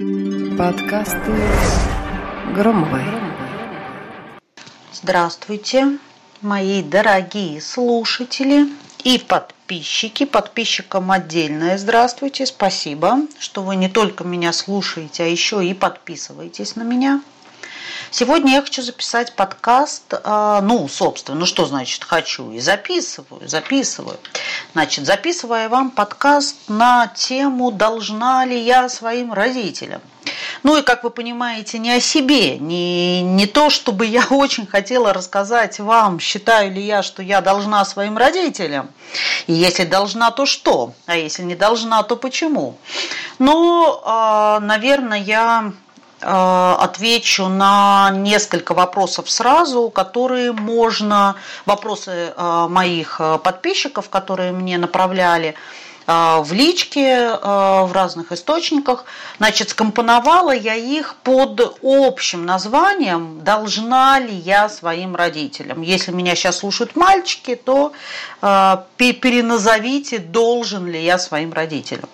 Подкасты Громовой. Здравствуйте, мои дорогие слушатели и подписчики. Подписчикам отдельное здравствуйте. Спасибо, что вы не только меня слушаете, а еще и подписываетесь на меня. Сегодня я хочу записать подкаст, что значит хочу, и записываю. Значит, записываю вам подкаст на тему «Должна ли я своим родителям?». Ну и, как вы понимаете, не о себе, не то, чтобы я очень хотела рассказать вам, считаю ли я, что я должна своим родителям, и если должна, то что, а если не должна, то почему. Но, наверное, я отвечу на несколько вопросов сразу, вопросы моих подписчиков, которые мне направляли в личке, в разных источниках. Значит, скомпоновала я их под общим названием «Должна ли я своим родителям?». Если меня сейчас слушают мальчики, то переназовите «Должен ли я своим родителям?».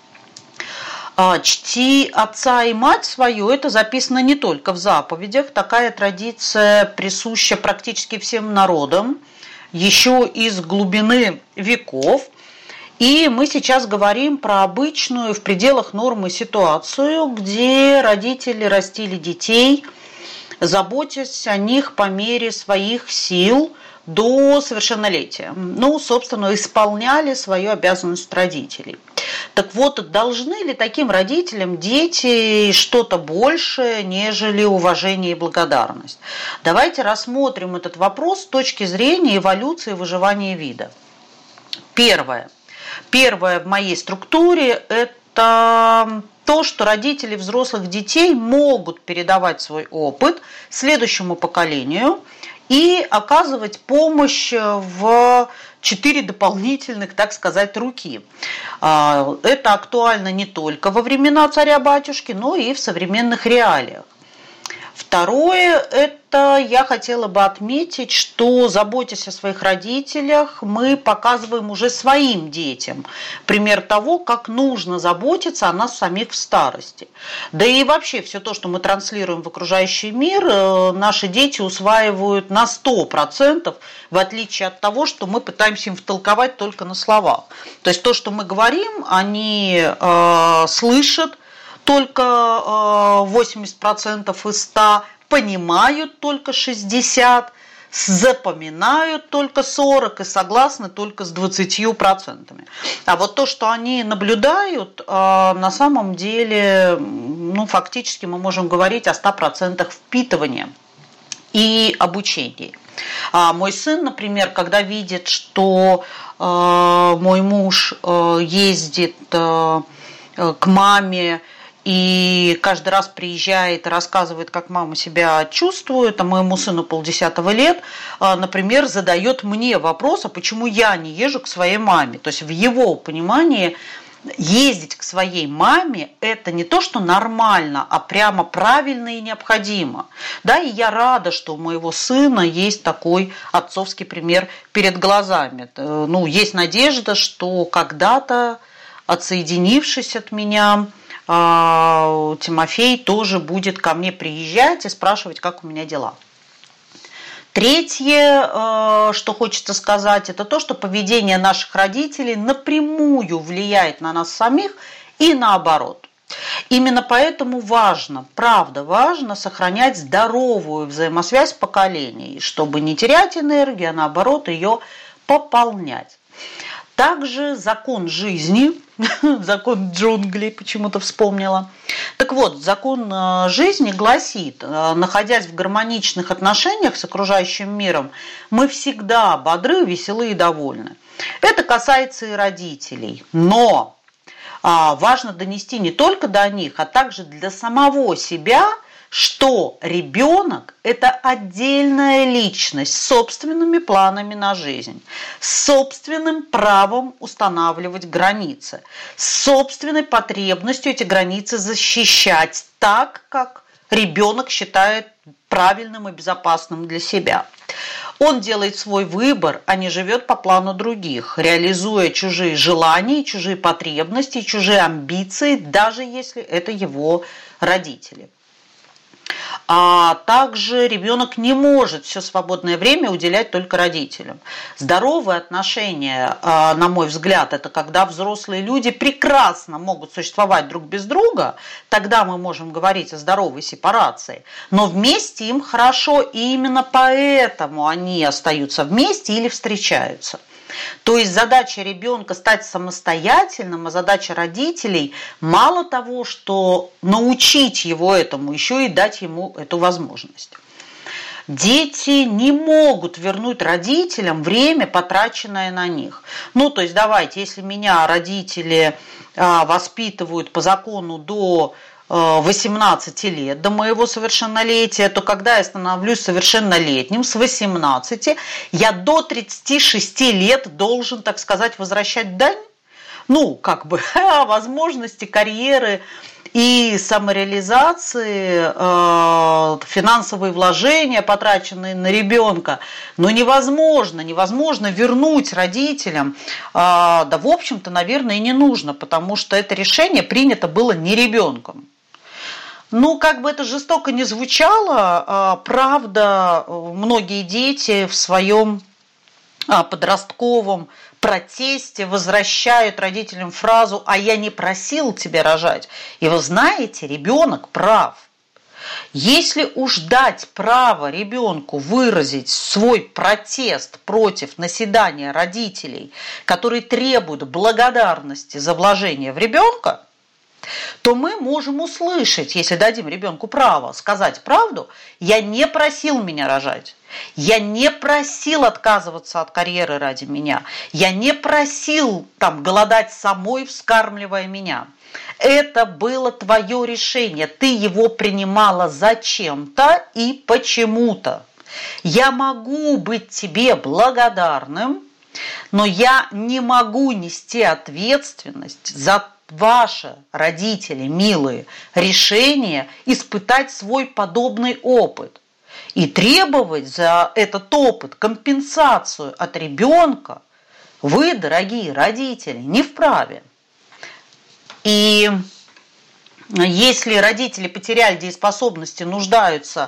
«Чти отца и мать свою» – это записано не только в заповедях. Такая традиция присуща практически всем народам, еще из глубины веков. И мы сейчас говорим про обычную, в пределах нормы ситуацию, где родители растили детей, заботясь о них по мере своих сил до совершеннолетия. Собственно, исполняли свою обязанность родителей. Так вот, должны ли таким родителям дети что-то большее, нежели уважение и благодарность? Давайте рассмотрим этот вопрос с точки зрения эволюции и выживания вида. Первое в моей структуре – это то, что родители взрослых детей могут передавать свой опыт следующему поколению и оказывать помощь в 4 дополнительных, так сказать, руки. Это актуально не только во времена царя-батюшки, но и в современных реалиях. Второе, это я хотела бы отметить, что, заботясь о своих родителях, мы показываем уже своим детям пример того, как нужно заботиться о нас самих в старости. Да и вообще все то, что мы транслируем в окружающий мир, наши дети усваивают на 100%, в отличие от того, что мы пытаемся им втолковать только на словах. То есть то, что мы говорим, они слышат, только 80% из 100, понимают только 60%, запоминают только 40% и согласны только с 20%. А вот то, что они наблюдают, на самом деле, фактически мы можем говорить о 100% впитывания и обучения. Мой сын, например, когда видит, что мой муж ездит к маме, и каждый раз приезжает и рассказывает, как мама себя чувствует, а моему сыну 50 лет, например, задает мне вопрос, а почему я не езжу к своей маме? То есть в его понимании ездить к своей маме – это не то, что нормально, а прямо правильно и необходимо. Да, и я рада, что у моего сына есть такой отцовский пример перед глазами. Есть надежда, что когда-то, отсоединившись от меня, Тимофей тоже будет ко мне приезжать и спрашивать, как у меня дела. Третье, что хочется сказать, это то, что поведение наших родителей напрямую влияет на нас самих и наоборот. Именно поэтому важно сохранять здоровую взаимосвязь поколений, чтобы не терять энергию, а наоборот ее пополнять. Также закон жизни, закон джунглей почему-то вспомнила. Так вот, закон жизни гласит, находясь в гармоничных отношениях с окружающим миром, мы всегда бодры, веселы и довольны. Это касается и родителей. Но важно донести не только до них, а также для самого себя, что ребенок – это отдельная личность с собственными планами на жизнь, с собственным правом устанавливать границы, с собственной потребностью эти границы защищать так, как ребенок считает правильным и безопасным для себя. Он делает свой выбор, а не живет по плану других, реализуя чужие желания, чужие потребности, чужие амбиции, даже если это его родители. А также ребенок не может все свободное время уделять только родителям. Здоровые отношения, на мой взгляд, это когда взрослые люди прекрасно могут существовать друг без друга, тогда мы можем говорить о здоровой сепарации, но вместе им хорошо, и именно поэтому они остаются вместе или встречаются. То есть задача ребенка стать самостоятельным, а задача родителей мало того, что научить его этому, еще и дать ему эту возможность. Дети не могут вернуть родителям время, потраченное на них. То есть давайте, если меня родители воспитывают по закону до 18 лет, до моего совершеннолетия, то когда я становлюсь совершеннолетним, с 18, я до 36 лет должен, так сказать, возвращать дань. Возможности карьеры и самореализации, финансовые вложения, потраченные на ребенка, невозможно вернуть родителям. Да, в общем-то, наверное, и не нужно, потому что это решение принято было не ребенком. Как бы это жестоко ни звучало, правда, многие дети в своем подростковом протесте возвращают родителям фразу «а я не просил тебя рожать». И вы знаете, ребенок прав. Если уж дать право ребенку выразить свой протест против наседания родителей, которые требуют благодарности за вложение в ребенка, то мы можем услышать, если дадим ребенку право сказать правду: я не просил меня рожать, я не просил отказываться от карьеры ради меня, я не просил голодать самой, вскармливая меня. Это было твое решение, ты его принимала зачем-то и почему-то. Я могу быть тебе благодарным, но я не могу нести ответственность за ваши, родители, милые, решение испытать свой подобный опыт и требовать за этот опыт компенсацию от ребенка вы, дорогие родители, не вправе. И если родители потеряли дееспособность и нуждаются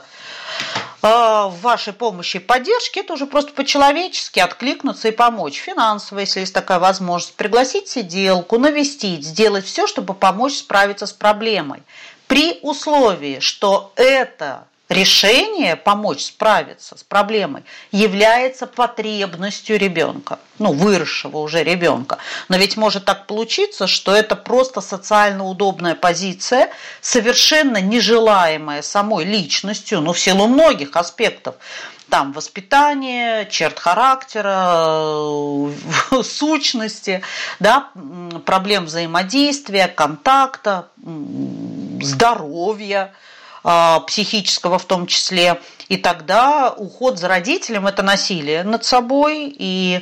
в вашей помощи и поддержке, это уже просто по-человечески откликнуться и помочь финансово, если есть такая возможность, пригласить сиделку, навестить, сделать все, чтобы помочь справиться с проблемой. При условии, что это решение помочь справиться с проблемой является потребностью ребенка, выросшего уже ребенка. Но ведь может так получиться, что это просто социально удобная позиция, совершенно нежелаемая самой личностью, в силу многих аспектов. Воспитание, черт характера, сущности, проблем взаимодействия, контакта, здоровья, психического в том числе. И тогда уход за родителем – это насилие над собой, и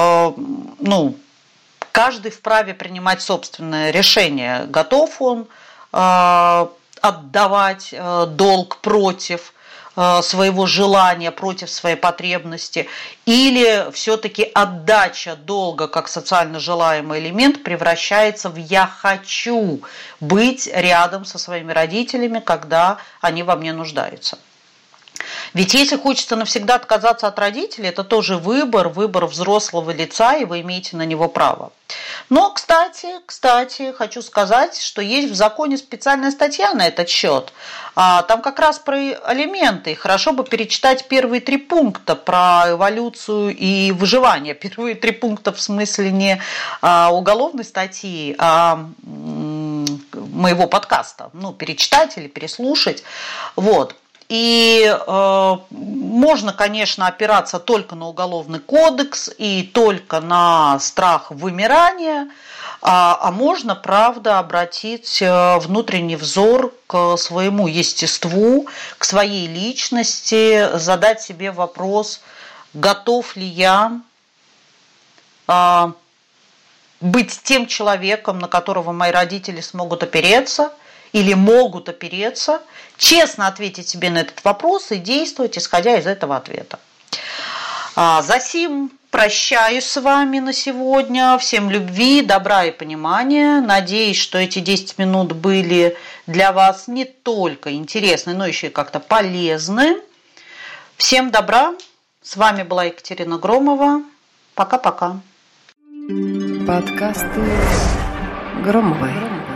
каждый вправе принимать собственное решение, готов он отдавать долг против своего желания, против своей потребности, или все-таки отдача долга как социально желаемый элемент превращается в «я хочу быть рядом со своими родителями, когда они во мне нуждаются». Ведь если хочется навсегда отказаться от родителей, это тоже выбор взрослого лица, и вы имеете на него право. Но, кстати, хочу сказать, что есть в законе специальная статья на этот счет. Там как раз про алименты. Хорошо бы перечитать первые 3 пункта про эволюцию и выживание. Первые 3 пункта в смысле не уголовной статьи, а моего подкаста. Перечитать или переслушать. И можно, конечно, опираться только на Уголовный кодекс и только на страх вымирания, а можно, правда, обратить внутренний взор к своему естеству, к своей личности, задать себе вопрос, готов ли я быть тем человеком, на которого мои родители смогут опереться, или могут опереться, честно ответить себе на этот вопрос и действовать, исходя из этого ответа. Засим прощаюсь с вами на сегодня. Всем любви, добра и понимания. Надеюсь, что эти 10 минут были для вас не только интересны, но еще и как-то полезны. Всем добра. С вами была Екатерина Громова. Пока-пока. Подкасты Громовой.